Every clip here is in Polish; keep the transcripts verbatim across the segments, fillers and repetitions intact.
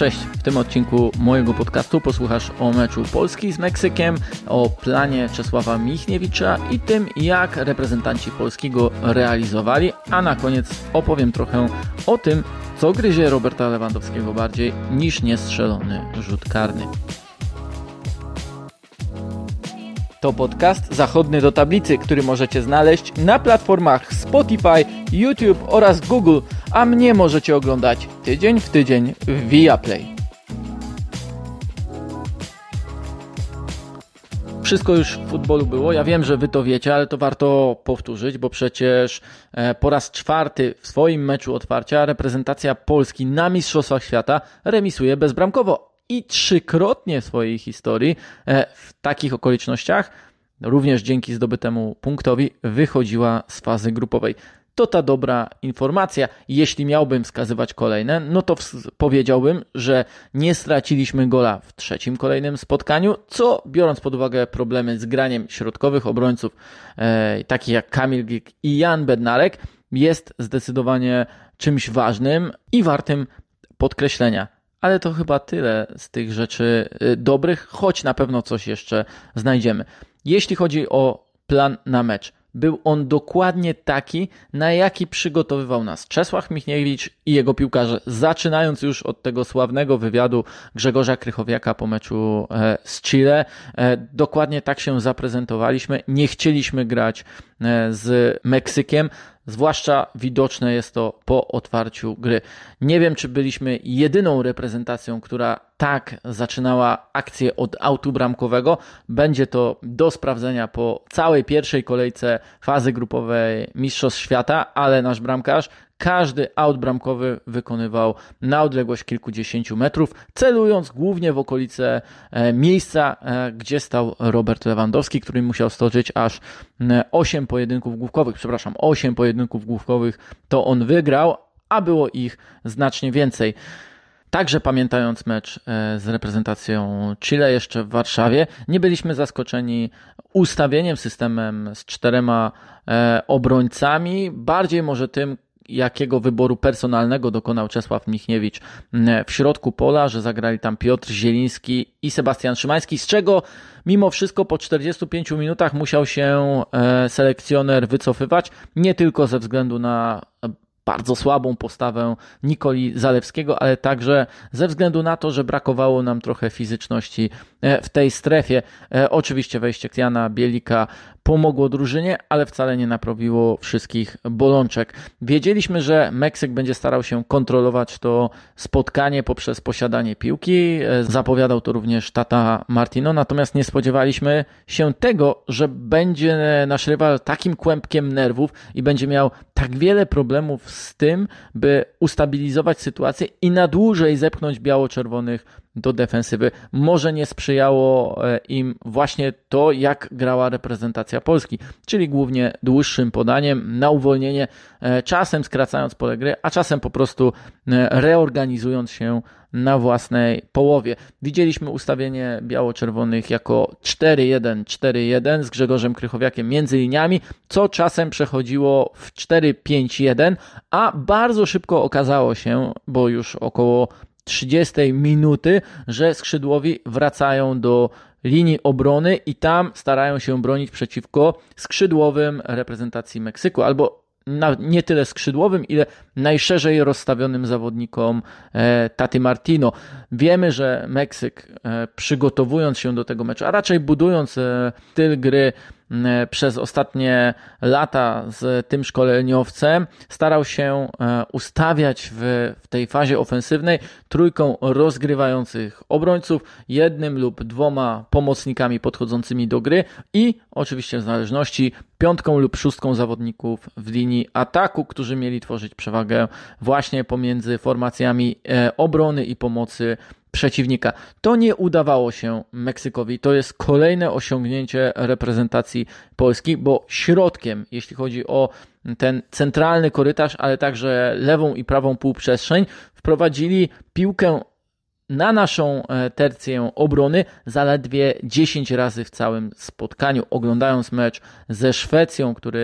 Cześć, w tym odcinku mojego podcastu posłuchasz o meczu Polski z Meksykiem, o planie Czesława Michniewicza i tym, jak reprezentanci Polski go realizowali, a na koniec opowiem trochę o tym, co gryzie Roberta Lewandowskiego bardziej niż niestrzelony rzut karny. To podcast zachodny do tablicy, który możecie znaleźć na platformach Spotify, YouTube oraz Google, a mnie możecie oglądać tydzień w tydzień w Viaplay. Wszystko już w futbolu było, ja wiem, że wy to wiecie, ale to warto powtórzyć, bo przecież po raz czwarty w swoim meczu otwarcia reprezentacja Polski na Mistrzostwach Świata remisuje bezbramkowo. I trzykrotnie w swojej historii w takich okolicznościach, również dzięki zdobytemu punktowi, wychodziła z fazy grupowej. To ta dobra informacja. Jeśli miałbym wskazywać kolejne, no to w- powiedziałbym, że nie straciliśmy gola w trzecim kolejnym spotkaniu, co biorąc pod uwagę problemy z graniem środkowych obrońców, e, takich jak Kamil Glik i Jan Bednarek, jest zdecydowanie czymś ważnym i wartym podkreślenia. Ale to chyba tyle z tych rzeczy dobrych, choć na pewno coś jeszcze znajdziemy. Jeśli chodzi o plan na mecz, był on dokładnie taki, na jaki przygotowywał nas Czesław Michniewicz i jego piłkarze, zaczynając już od tego sławnego wywiadu Grzegorza Krychowiaka po meczu z Chile. Dokładnie tak się zaprezentowaliśmy, nie chcieliśmy grać z Meksykiem. Zwłaszcza widoczne jest to po otwarciu gry. Nie wiem, czy byliśmy jedyną reprezentacją, która tak zaczynała akcję od autu bramkowego. Będzie to do sprawdzenia po całej pierwszej kolejce fazy grupowej Mistrzostw Świata, ale nasz bramkarz każdy aut bramkowy wykonywał na odległość kilkudziesięciu metrów, celując głównie w okolice miejsca, gdzie stał Robert Lewandowski, który musiał stoczyć aż osiem pojedynków główkowych, przepraszam, osiem pojedynków główkowych to on wygrał, a było ich znacznie więcej. Także pamiętając mecz z reprezentacją Chile jeszcze w Warszawie, nie byliśmy zaskoczeni ustawieniem, systemem z czterema obrońcami, bardziej może tym, jakiego wyboru personalnego dokonał Czesław Michniewicz w środku pola, że zagrali tam Piotr Zieliński i Sebastian Szymański, z czego mimo wszystko po czterdziestu pięciu minutach musiał się selekcjoner wycofywać, nie tylko ze względu na bardzo słabą postawę Nikoli Zalewskiego, ale także ze względu na to, że brakowało nam trochę fizyczności w tej strefie. Oczywiście wejście Jana Bielika pomogło drużynie, ale wcale nie naprawiło wszystkich bolączek. Wiedzieliśmy, że Meksyk będzie starał się kontrolować to spotkanie poprzez posiadanie piłki. Zapowiadał to również Tata Martino, natomiast nie spodziewaliśmy się tego, że będzie nasz rywal takim kłębkiem nerwów i będzie miał tak wiele problemów z tym, by ustabilizować sytuację i na dłużej zepchnąć biało-czerwonych do defensywy. Może nie sprzyjało im właśnie to, jak grała reprezentacja Polski, czyli głównie dłuższym podaniem na uwolnienie, czasem skracając pole gry, a czasem po prostu reorganizując się na własnej połowie. Widzieliśmy ustawienie biało-czerwonych jako cztery jeden cztery jeden z Grzegorzem Krychowiakiem między liniami, co czasem przechodziło w cztery pięć jeden, a bardzo szybko okazało się, bo już około trzydziestej minuty, że skrzydłowi wracają do linii obrony i tam starają się bronić przeciwko skrzydłowym reprezentacji Meksyku, albo na, nie tyle skrzydłowym, ile najszerzej rozstawionym zawodnikom e, Taty Martino. Wiemy, że Meksyk e, przygotowując się do tego meczu, a raczej budując e, styl gry e, przez ostatnie lata z tym szkoleniowcem, starał się e, ustawiać w, w tej fazie ofensywnej trójką rozgrywających obrońców, jednym lub dwoma pomocnikami podchodzącymi do gry i oczywiście w zależności piątką lub szóstką zawodników w linii ataku, którzy mieli tworzyć przewagę właśnie pomiędzy formacjami obrony i pomocy przeciwnika. To nie udawało się Meksykowi. To jest kolejne osiągnięcie reprezentacji Polski, bo środkiem, jeśli chodzi o ten centralny korytarz, ale także lewą i prawą półprzestrzeń, wprowadzili piłkę na naszą tercję obrony zaledwie dziesięć razy w całym spotkaniu. Oglądając mecz ze Szwecją, który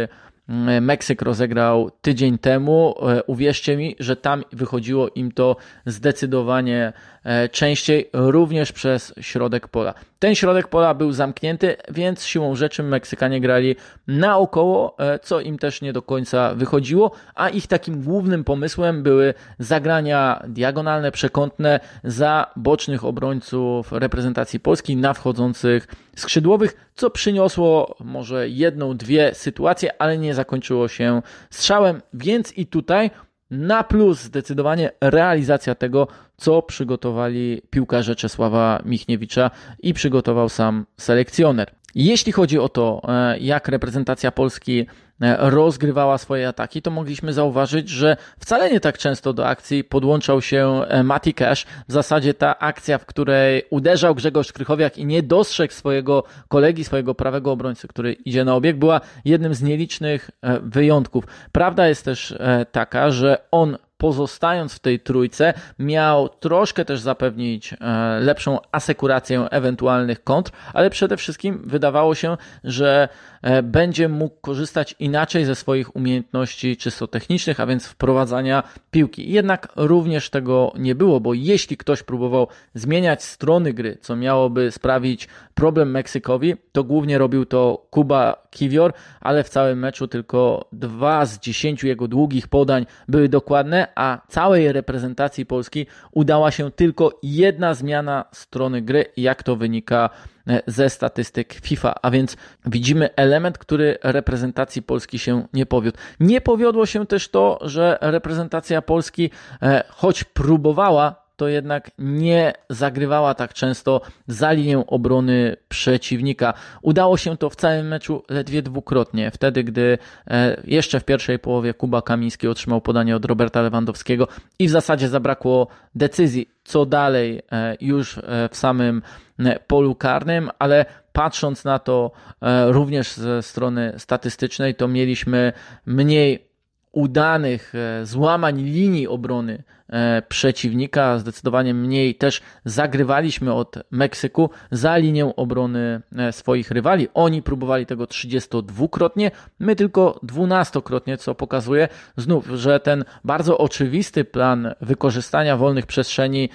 Meksyk rozegrał tydzień temu. Uwierzcie mi, że tam wychodziło im to zdecydowanie częściej, również przez środek pola. Ten środek pola był zamknięty, więc siłą rzeczy Meksykanie grali naokoło, co im też nie do końca wychodziło, a ich takim głównym pomysłem były zagrania diagonalne, przekątne za bocznych obrońców reprezentacji Polski na wchodzących skrzydłowych, co przyniosło może jedną, dwie sytuacje, ale nie zakończyło się strzałem, więc i tutaj na plus zdecydowanie realizacja tego, co przygotowali piłkarze Czesława Michniewicza i przygotował sam selekcjoner. Jeśli chodzi o to, jak reprezentacja Polski rozgrywała swoje ataki, to mogliśmy zauważyć, że wcale nie tak często do akcji podłączał się Mati Cash. W zasadzie ta akcja, w której uderzał Grzegorz Krychowiak i nie dostrzegł swojego kolegi, swojego prawego obrońcy, który idzie na obieg, była jednym z nielicznych wyjątków. Prawda jest też taka, że on, pozostając w tej trójce, miał troszkę też zapewnić lepszą asekurację ewentualnych kontr, ale przede wszystkim wydawało się, że będzie mógł korzystać inaczej ze swoich umiejętności czysto technicznych, a więc wprowadzania piłki. Jednak również tego nie było, bo jeśli ktoś próbował zmieniać strony gry, co miałoby sprawić problem Meksykowi, to głównie robił to Kuba Kiwior, ale w całym meczu tylko dwa z dziesięciu jego długich podań były dokładne, a całej reprezentacji Polski udała się tylko jedna zmiana strony gry, jak to wynika ze statystyk FIFA, a więc widzimy element, który reprezentacji Polski się nie powiódł. Nie powiodło się też to, że reprezentacja Polski, choć próbowała, to jednak nie zagrywała tak często za linię obrony przeciwnika. Udało się to w całym meczu ledwie dwukrotnie. Wtedy, gdy jeszcze w pierwszej połowie Kuba Kamiński otrzymał podanie od Roberta Lewandowskiego i w zasadzie zabrakło decyzji, co dalej już w samym polu karnym, ale patrząc na to również ze strony statystycznej, to mieliśmy mniej udanych złamań linii obrony przeciwnika, zdecydowanie mniej też zagrywaliśmy od Meksyku za linię obrony swoich rywali. Oni próbowali tego trzydziestodwukrotnie, my tylko dwunastokrotnie, co pokazuje znów, że ten bardzo oczywisty plan wykorzystania wolnych przestrzeni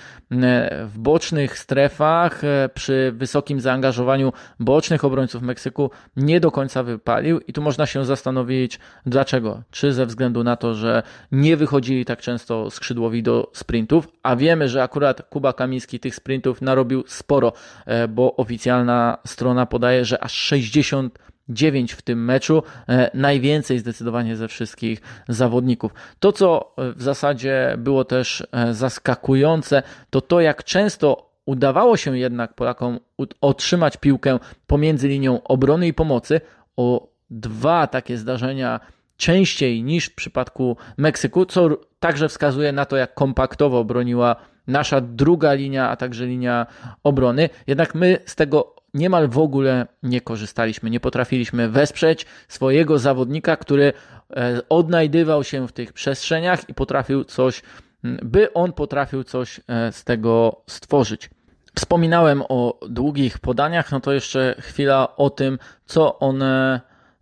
w bocznych strefach przy wysokim zaangażowaniu bocznych obrońców Meksyku nie do końca wypalił i tu można się zastanowić dlaczego. Czy ze względu na to, że nie wychodzili tak często skrzydłowi do sprintów, a wiemy, że akurat Kuba Kamiński tych sprintów narobił sporo, bo oficjalna strona podaje, że aż sześćdziesiąt dziewięć w tym meczu, najwięcej zdecydowanie ze wszystkich zawodników. To, co w zasadzie było też zaskakujące, to to, jak często udawało się jednak Polakom otrzymać piłkę pomiędzy linią obrony i pomocy. O dwa takie zdarzenia częściej niż w przypadku Meksyku, co także wskazuje na to, jak kompaktowo broniła nasza druga linia, a także linia obrony. Jednak my z tego niemal w ogóle nie korzystaliśmy. Nie potrafiliśmy wesprzeć swojego zawodnika, który odnajdywał się w tych przestrzeniach i potrafił coś, by on potrafił coś z tego stworzyć. Wspominałem o długich podaniach, no to jeszcze chwila o tym, co one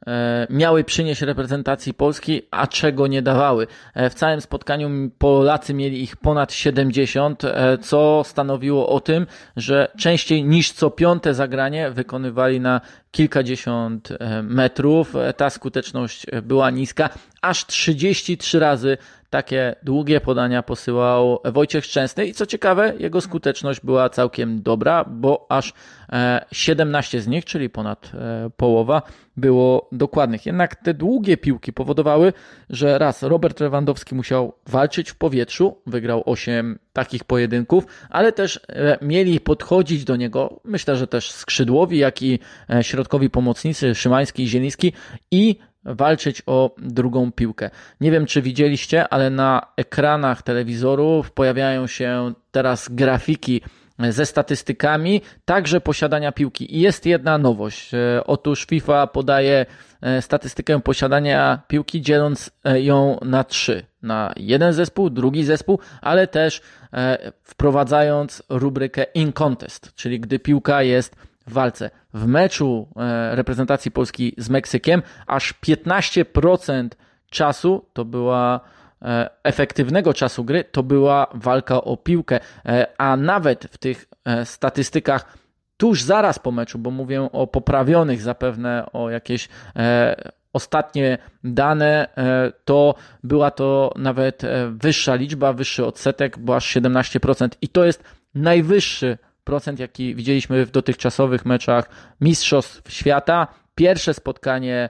miały przynieść reprezentacji Polski, a czego nie dawały. W całym spotkaniu Polacy mieli ich ponad siedemdziesiąt, co stanowiło o tym, że częściej niż co piąte zagranie wykonywali na kilkadziesiąt metrów. Ta skuteczność była niska. Aż trzydzieści trzy razy takie długie podania posyłał Wojciech Szczęsny i co ciekawe, jego skuteczność była całkiem dobra, bo aż siedemnaście z nich, czyli ponad połowa, było dokładnych. Jednak te długie piłki powodowały, że raz Robert Lewandowski musiał walczyć w powietrzu, wygrał osiem takich pojedynków, ale też mieli podchodzić do niego, myślę, że też skrzydłowi, jak i środkowi pomocnicy Szymański i Zieliński i walczyć o drugą piłkę. Nie wiem, czy widzieliście, ale na ekranach telewizorów pojawiają się teraz grafiki ze statystykami, także posiadania piłki. I jest jedna nowość. Otóż FIFA podaje statystykę posiadania piłki, dzieląc ją na trzy. Na jeden zespół, drugi zespół, ale też wprowadzając rubrykę in contest, czyli gdy piłka jest w walce. W meczu reprezentacji Polski z Meksykiem aż piętnaście procent czasu to była efektywnego czasu gry, to była walka o piłkę, a nawet w tych statystykach tuż zaraz po meczu, bo mówię o poprawionych zapewne o jakieś ostatnie dane, to była to nawet wyższa liczba, wyższy odsetek, bo aż siedemnaście procent i to jest najwyższy procent, jaki widzieliśmy w dotychczasowych meczach Mistrzostw Świata. Pierwsze spotkanie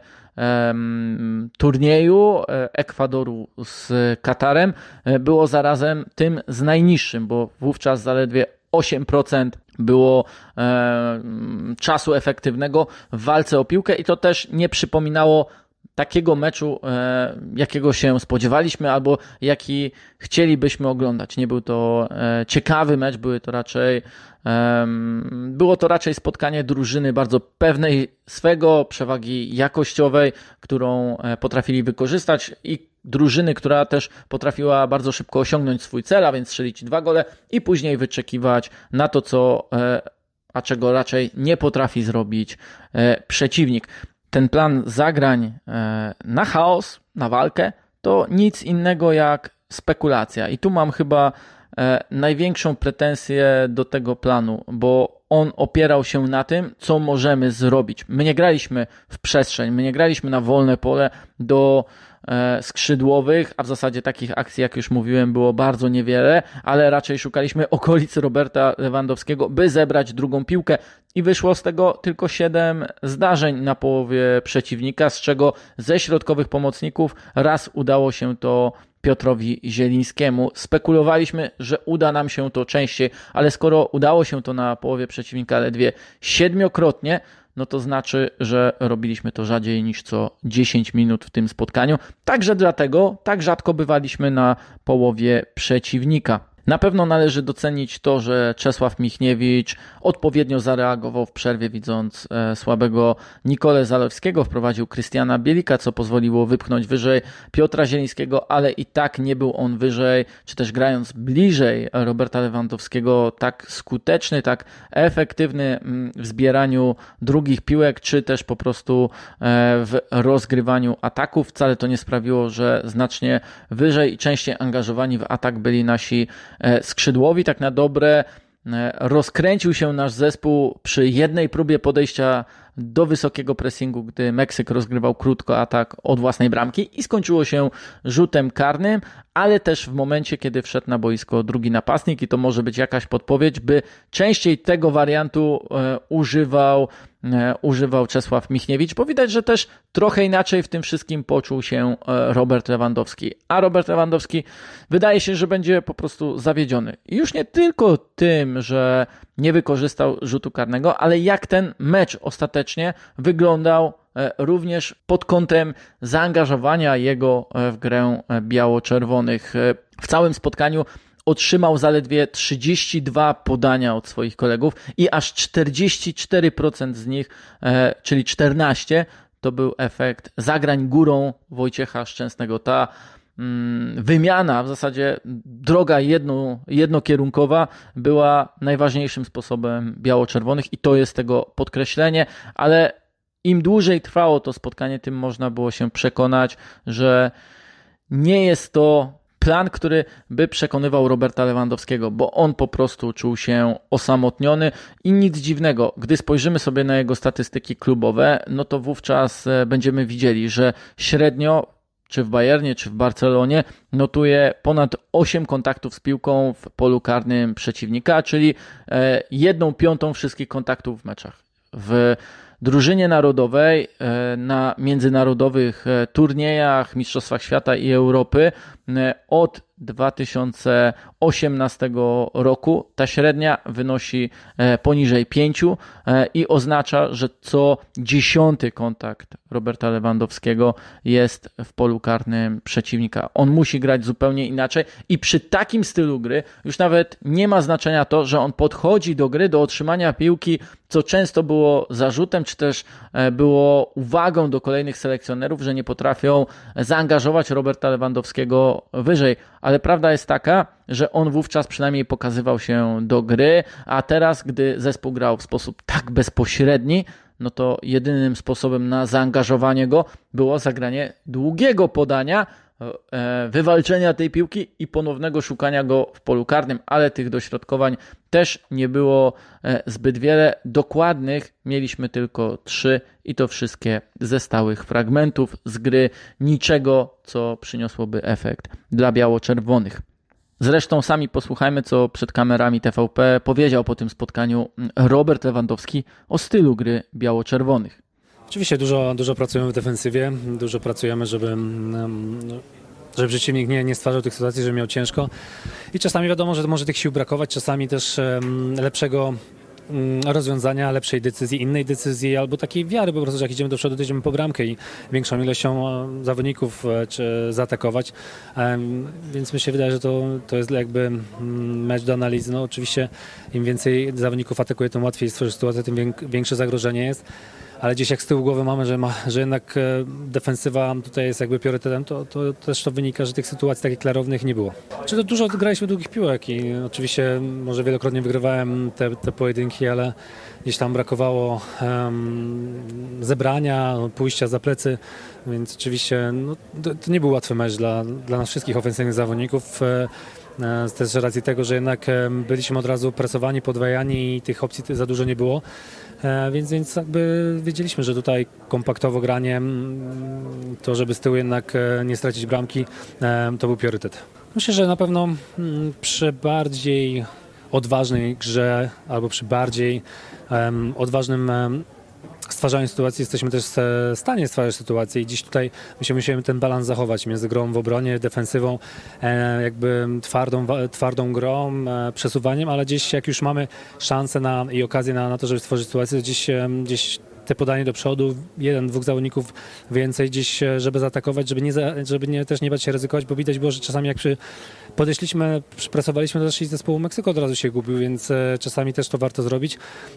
um, turnieju Ekwadoru z Katarem było zarazem tym z najniższym, bo wówczas zaledwie osiem procent było e, czasu efektywnego w walce o piłkę i to też nie przypominało takiego meczu, e, jakiego się spodziewaliśmy albo jaki chcielibyśmy oglądać. Nie był to e, ciekawy mecz, były to raczej, e, było to raczej spotkanie drużyny bardzo pewnej swego, przewagi jakościowej, którą e, potrafili wykorzystać i drużyny, która też potrafiła bardzo szybko osiągnąć swój cel, a więc strzelić dwa gole i później wyczekiwać na to, co, a czego raczej nie potrafi zrobić przeciwnik. Ten plan zagrań na chaos, na walkę, to nic innego jak spekulacja. I tu mam chyba największą pretensję do tego planu, bo on opierał się na tym, co możemy zrobić. My nie graliśmy w przestrzeń, my nie graliśmy na wolne pole do skrzydłowych, a w zasadzie takich akcji, jak już mówiłem, było bardzo niewiele, ale raczej szukaliśmy okolic Roberta Lewandowskiego, by zebrać drugą piłkę i wyszło z tego tylko siedem zdarzeń na połowie przeciwnika, z czego ze środkowych pomocników raz udało się to Piotrowi Zielińskiemu. Spekulowaliśmy, że uda nam się to częściej, ale skoro udało się to na połowie przeciwnika ledwie siedmiokrotnie, no to znaczy, że robiliśmy to rzadziej niż co dziesięć minut w tym spotkaniu. Także dlatego tak rzadko bywaliśmy na połowie przeciwnika. Na pewno należy docenić to, że Czesław Michniewicz odpowiednio zareagował w przerwie, widząc e, słabego Nikolę Zalewskiego, wprowadził Krystiana Bielika, co pozwoliło wypchnąć wyżej Piotra Zielińskiego, ale i tak nie był on wyżej, czy też grając bliżej Roberta Lewandowskiego, tak skuteczny, tak efektywny w zbieraniu drugich piłek, czy też po prostu e, w rozgrywaniu ataków. Wcale to nie sprawiło, że znacznie wyżej i częściej angażowani w atak byli nasi skrzydłowi. Tak na dobre rozkręcił się nasz zespół przy jednej próbie podejścia do wysokiego pressingu, gdy Meksyk rozgrywał krótko atak od własnej bramki i skończyło się rzutem karnym, ale też w momencie, kiedy wszedł na boisko drugi napastnik i to może być jakaś podpowiedź, by częściej tego wariantu e, używał, e, używał Czesław Michniewicz, bo widać, że też trochę inaczej w tym wszystkim poczuł się e, Robert Lewandowski, a Robert Lewandowski wydaje się, że będzie po prostu zawiedziony. I już nie tylko tym, że nie wykorzystał rzutu karnego, ale jak ten mecz ostatecznie wyglądał również pod kątem zaangażowania jego w grę biało-czerwonych. W całym spotkaniu otrzymał zaledwie trzydzieści dwa podania od swoich kolegów i aż czterdzieści cztery procent z nich, czyli czternaście, to był efekt zagrań górą Wojciecha Szczęsnego. Ta wymiana, w zasadzie droga jedno, jednokierunkowa była najważniejszym sposobem biało-czerwonych i to jest tego podkreślenie, ale im dłużej trwało to spotkanie, tym można było się przekonać, że nie jest to plan, który by przekonywał Roberta Lewandowskiego, bo on po prostu czuł się osamotniony i nic dziwnego, gdy spojrzymy sobie na jego statystyki klubowe, no to wówczas będziemy widzieli, że średnio czy w Bayernie, czy w Barcelonie notuje ponad osiem kontaktów z piłką w polu karnym przeciwnika, czyli jedną piątą wszystkich kontaktów w meczach. W drużynie narodowej na międzynarodowych turniejach, Mistrzostwach Świata i Europy od dwa tysiące osiemnastego roku ta średnia wynosi poniżej pięciu i oznacza, że co dziesiąty kontakt Roberta Lewandowskiego jest w polu karnym przeciwnika. On musi grać zupełnie inaczej i przy takim stylu gry już nawet nie ma znaczenia to, że on podchodzi do gry, do otrzymania piłki, co często było zarzutem, czy też było uwagą do kolejnych selekcjonerów, że nie potrafią zaangażować Roberta Lewandowskiego wyżej. Ale prawda jest taka, że on wówczas przynajmniej pokazywał się do gry, a teraz, gdy zespół grał w sposób tak bezpośredni, no to jedynym sposobem na zaangażowanie go było zagranie długiego podania, wywalczenia tej piłki i ponownego szukania go w polu karnym, ale tych dośrodkowań też nie było zbyt wiele. Dokładnych mieliśmy tylko trzy i to wszystkie ze stałych fragmentów z gry, niczego, co przyniosłoby efekt dla biało-czerwonych. Zresztą sami posłuchajmy, co przed kamerami T V P powiedział po tym spotkaniu Robert Lewandowski o stylu gry biało-czerwonych. Oczywiście dużo, dużo pracujemy w defensywie, dużo pracujemy, żeby, żeby przeciwnik nie, nie stwarzał tych sytuacji, żeby miał ciężko. I czasami wiadomo, że może tych sił brakować, czasami też lepszego rozwiązania, lepszej decyzji, innej decyzji albo takiej wiary po prostu, że jak idziemy do przodu, to idziemy po bramkę i większą ilością zawodników czy zaatakować. Więc mi się wydaje, że to, to jest jakby mecz do analizy. No oczywiście im więcej zawodników atakuje, tym łatwiej stworzyć sytuację, tym większe zagrożenie jest. Ale gdzieś jak z tyłu głowy mamy, że, ma, że jednak defensywa tutaj jest jakby priorytetem, to, to też to wynika, że tych sytuacji takich klarownych nie było. Czy to dużo graliśmy długich piłek i oczywiście może wielokrotnie wygrywałem te, te pojedynki, ale gdzieś tam brakowało um, zebrania, pójścia za plecy, więc oczywiście no, to, to nie był łatwy mecz dla, dla nas wszystkich ofensywnych zawodników. Też z racji tego, że jednak byliśmy od razu presowani, podwajani i tych opcji za dużo nie było. Więc, więc jakby wiedzieliśmy, że tutaj kompaktowo granie, to żeby z tyłu jednak nie stracić bramki, to był priorytet. Myślę, że na pewno przy bardziej odważnej grze albo przy bardziej odważnym stwarzaniu sytuacji jesteśmy też w stanie stwarzać sytuację i dziś tutaj my musimy ten balans zachować między grą w obronie, defensywą, jakby twardą, twardą grą, przesuwaniem, ale gdzieś jak już mamy szansę na, i okazję na, na to, żeby stworzyć sytuację, to gdzieś, gdzieś te podanie do przodu, jeden, dwóch zawodników więcej gdzieś, żeby zaatakować, żeby, nie, żeby nie, też nie bać się ryzykować, bo widać było, że czasami jak przy, podeszliśmy, przypresowaliśmy, to też i zespołu Meksyku od razu się gubił, więc czasami też to warto zrobić,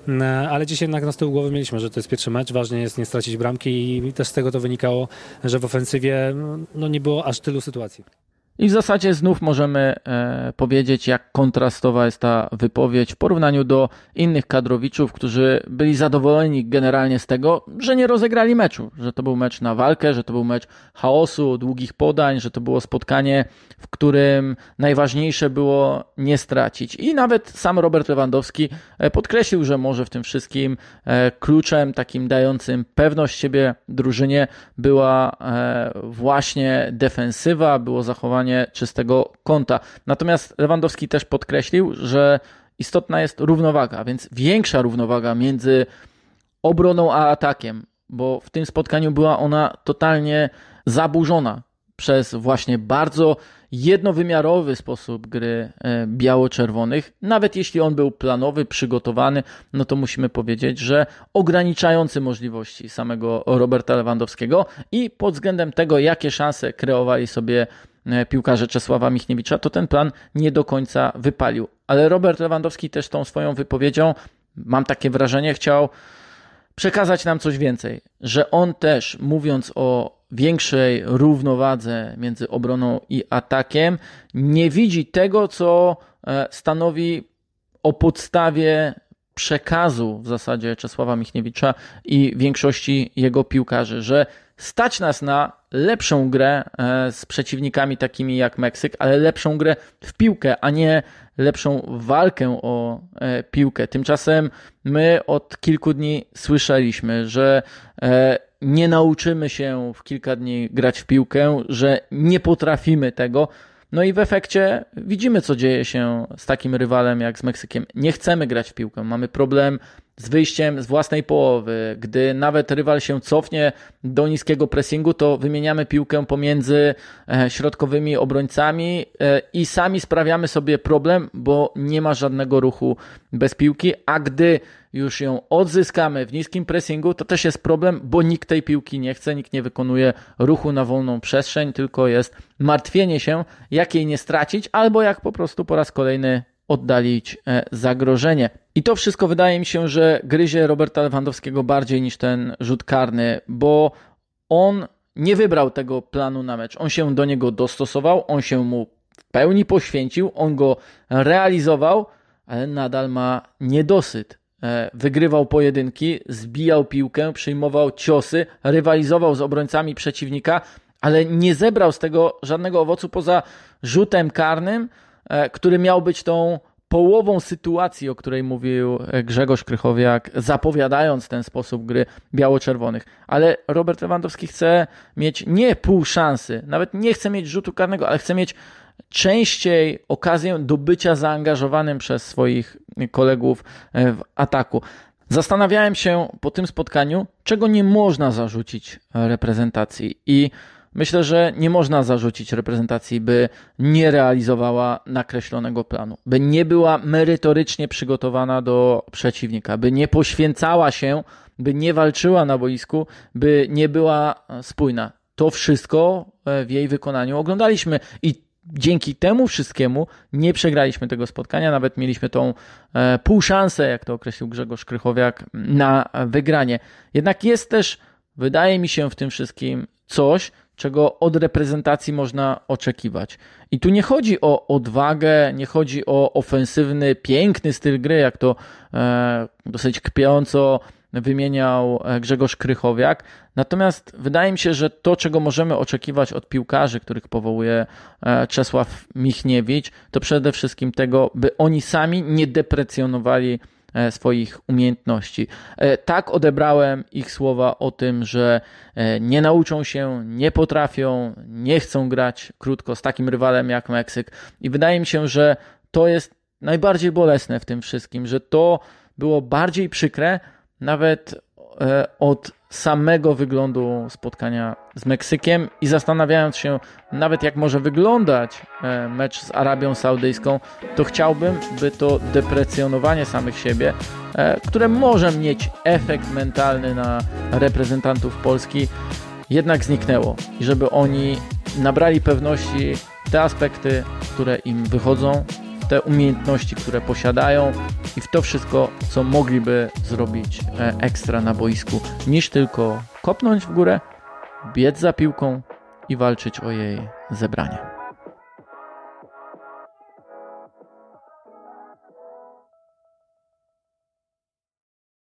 ale dziś jednak na z tyłu głowy mieliśmy, że to jest pierwszy mecz, ważne jest nie stracić bramki i też z tego to wynikało, że w ofensywie no, nie było aż tylu sytuacji. I w zasadzie znów możemy e, powiedzieć, jak kontrastowa jest ta wypowiedź w porównaniu do innych kadrowiczów, którzy byli zadowoleni generalnie z tego, że nie rozegrali meczu, że to był mecz na walkę, że to był mecz chaosu, długich podań, że to było spotkanie, w którym najważniejsze było nie stracić. I nawet sam Robert Lewandowski podkreślił, że może w tym wszystkim e, kluczem takim dającym pewność siebie drużynie była e, właśnie defensywa, było zachowanie czystego kąta. Natomiast Lewandowski też podkreślił, że istotna jest równowaga, więc większa równowaga między obroną a atakiem, bo w tym spotkaniu była ona totalnie zaburzona przez właśnie bardzo jednowymiarowy sposób gry biało-czerwonych. Nawet jeśli on był planowy, przygotowany, no to musimy powiedzieć, że ograniczający możliwości samego Roberta Lewandowskiego i pod względem tego, jakie szanse kreowali sobie piłkarze Czesława Michniewicza, to ten plan nie do końca wypalił. Ale Robert Lewandowski też tą swoją wypowiedzią, mam takie wrażenie, chciał przekazać nam coś więcej, że on też, mówiąc o większej równowadze między obroną i atakiem, nie widzi tego, co stanowi o podstawie przekazu w zasadzie Czesława Michniewicza i większości jego piłkarzy, że stać nas na lepszą grę z przeciwnikami takimi jak Meksyk, ale lepszą grę w piłkę, a nie lepszą walkę o piłkę. Tymczasem my od kilku dni słyszeliśmy, że nie nauczymy się w kilka dni grać w piłkę, że nie potrafimy tego. No i w efekcie widzimy, co dzieje się z takim rywalem jak z Meksykiem. Nie chcemy grać w piłkę, mamy problem z wyjściem z własnej połowy, gdy nawet rywal się cofnie do niskiego pressingu, to wymieniamy piłkę pomiędzy środkowymi obrońcami i sami sprawiamy sobie problem, bo nie ma żadnego ruchu bez piłki, a gdy już ją odzyskamy w niskim pressingu, to też jest problem, bo nikt tej piłki nie chce, nikt nie wykonuje ruchu na wolną przestrzeń, tylko jest martwienie się, jak jej nie stracić, albo jak po prostu po raz kolejny oddalić zagrożenie. I to wszystko wydaje mi się, że gryzie Roberta Lewandowskiego bardziej niż ten rzut karny, bo on nie wybrał tego planu na mecz. On się do niego dostosował, on się mu w pełni poświęcił, on go realizował, ale nadal ma niedosyt. Wygrywał pojedynki, zbijał piłkę, przyjmował ciosy, rywalizował z obrońcami przeciwnika, ale nie zebrał z tego żadnego owocu poza rzutem karnym, który miał być tą połową sytuacji, o której mówił Grzegorz Krychowiak, zapowiadając ten sposób gry biało-czerwonych. Ale Robert Lewandowski chce mieć nie pół szansy, nawet nie chce mieć rzutu karnego, ale chce mieć częściej okazję do bycia zaangażowanym przez swoich kolegów w ataku. Zastanawiałem się po tym spotkaniu, czego nie można zarzucić reprezentacji i myślę, że nie można zarzucić reprezentacji, by nie realizowała nakreślonego planu, by nie była merytorycznie przygotowana do przeciwnika, by nie poświęcała się, by nie walczyła na boisku, by nie była spójna. To wszystko w jej wykonaniu oglądaliśmy i dzięki temu wszystkiemu nie przegraliśmy tego spotkania, nawet mieliśmy tą e, półszansę, jak to określił Grzegorz Krychowiak, na wygranie. Jednak jest też, wydaje mi się, w tym wszystkim coś, czego od reprezentacji można oczekiwać. I tu nie chodzi o odwagę, nie chodzi o ofensywny, piękny styl gry, jak to e, dosyć kpiąco wymieniał Grzegorz Krychowiak. Natomiast wydaje mi się, że to, czego możemy oczekiwać od piłkarzy, których powołuje Czesław Michniewicz, to przede wszystkim tego, by oni sami nie deprecjonowali swoich umiejętności. Tak odebrałem ich słowa o tym, że nie nauczą się, nie potrafią, nie chcą grać krótko z takim rywalem jak Meksyk. I wydaje mi się, że to jest najbardziej bolesne w tym wszystkim, że to było bardziej przykre nawet od samego wyglądu spotkania z Meksykiem i zastanawiając się nawet jak może wyglądać mecz z Arabią Saudyjską, to chciałbym, by to deprecjonowanie samych siebie, które może mieć efekt mentalny na reprezentantów Polski, jednak zniknęło i żeby oni nabrali pewności w te aspekty, które im wychodzą, w te umiejętności, które posiadają i w to wszystko, co mogliby zrobić ekstra na boisku, niż tylko kopnąć w górę, biec za piłką i walczyć o jej zebranie.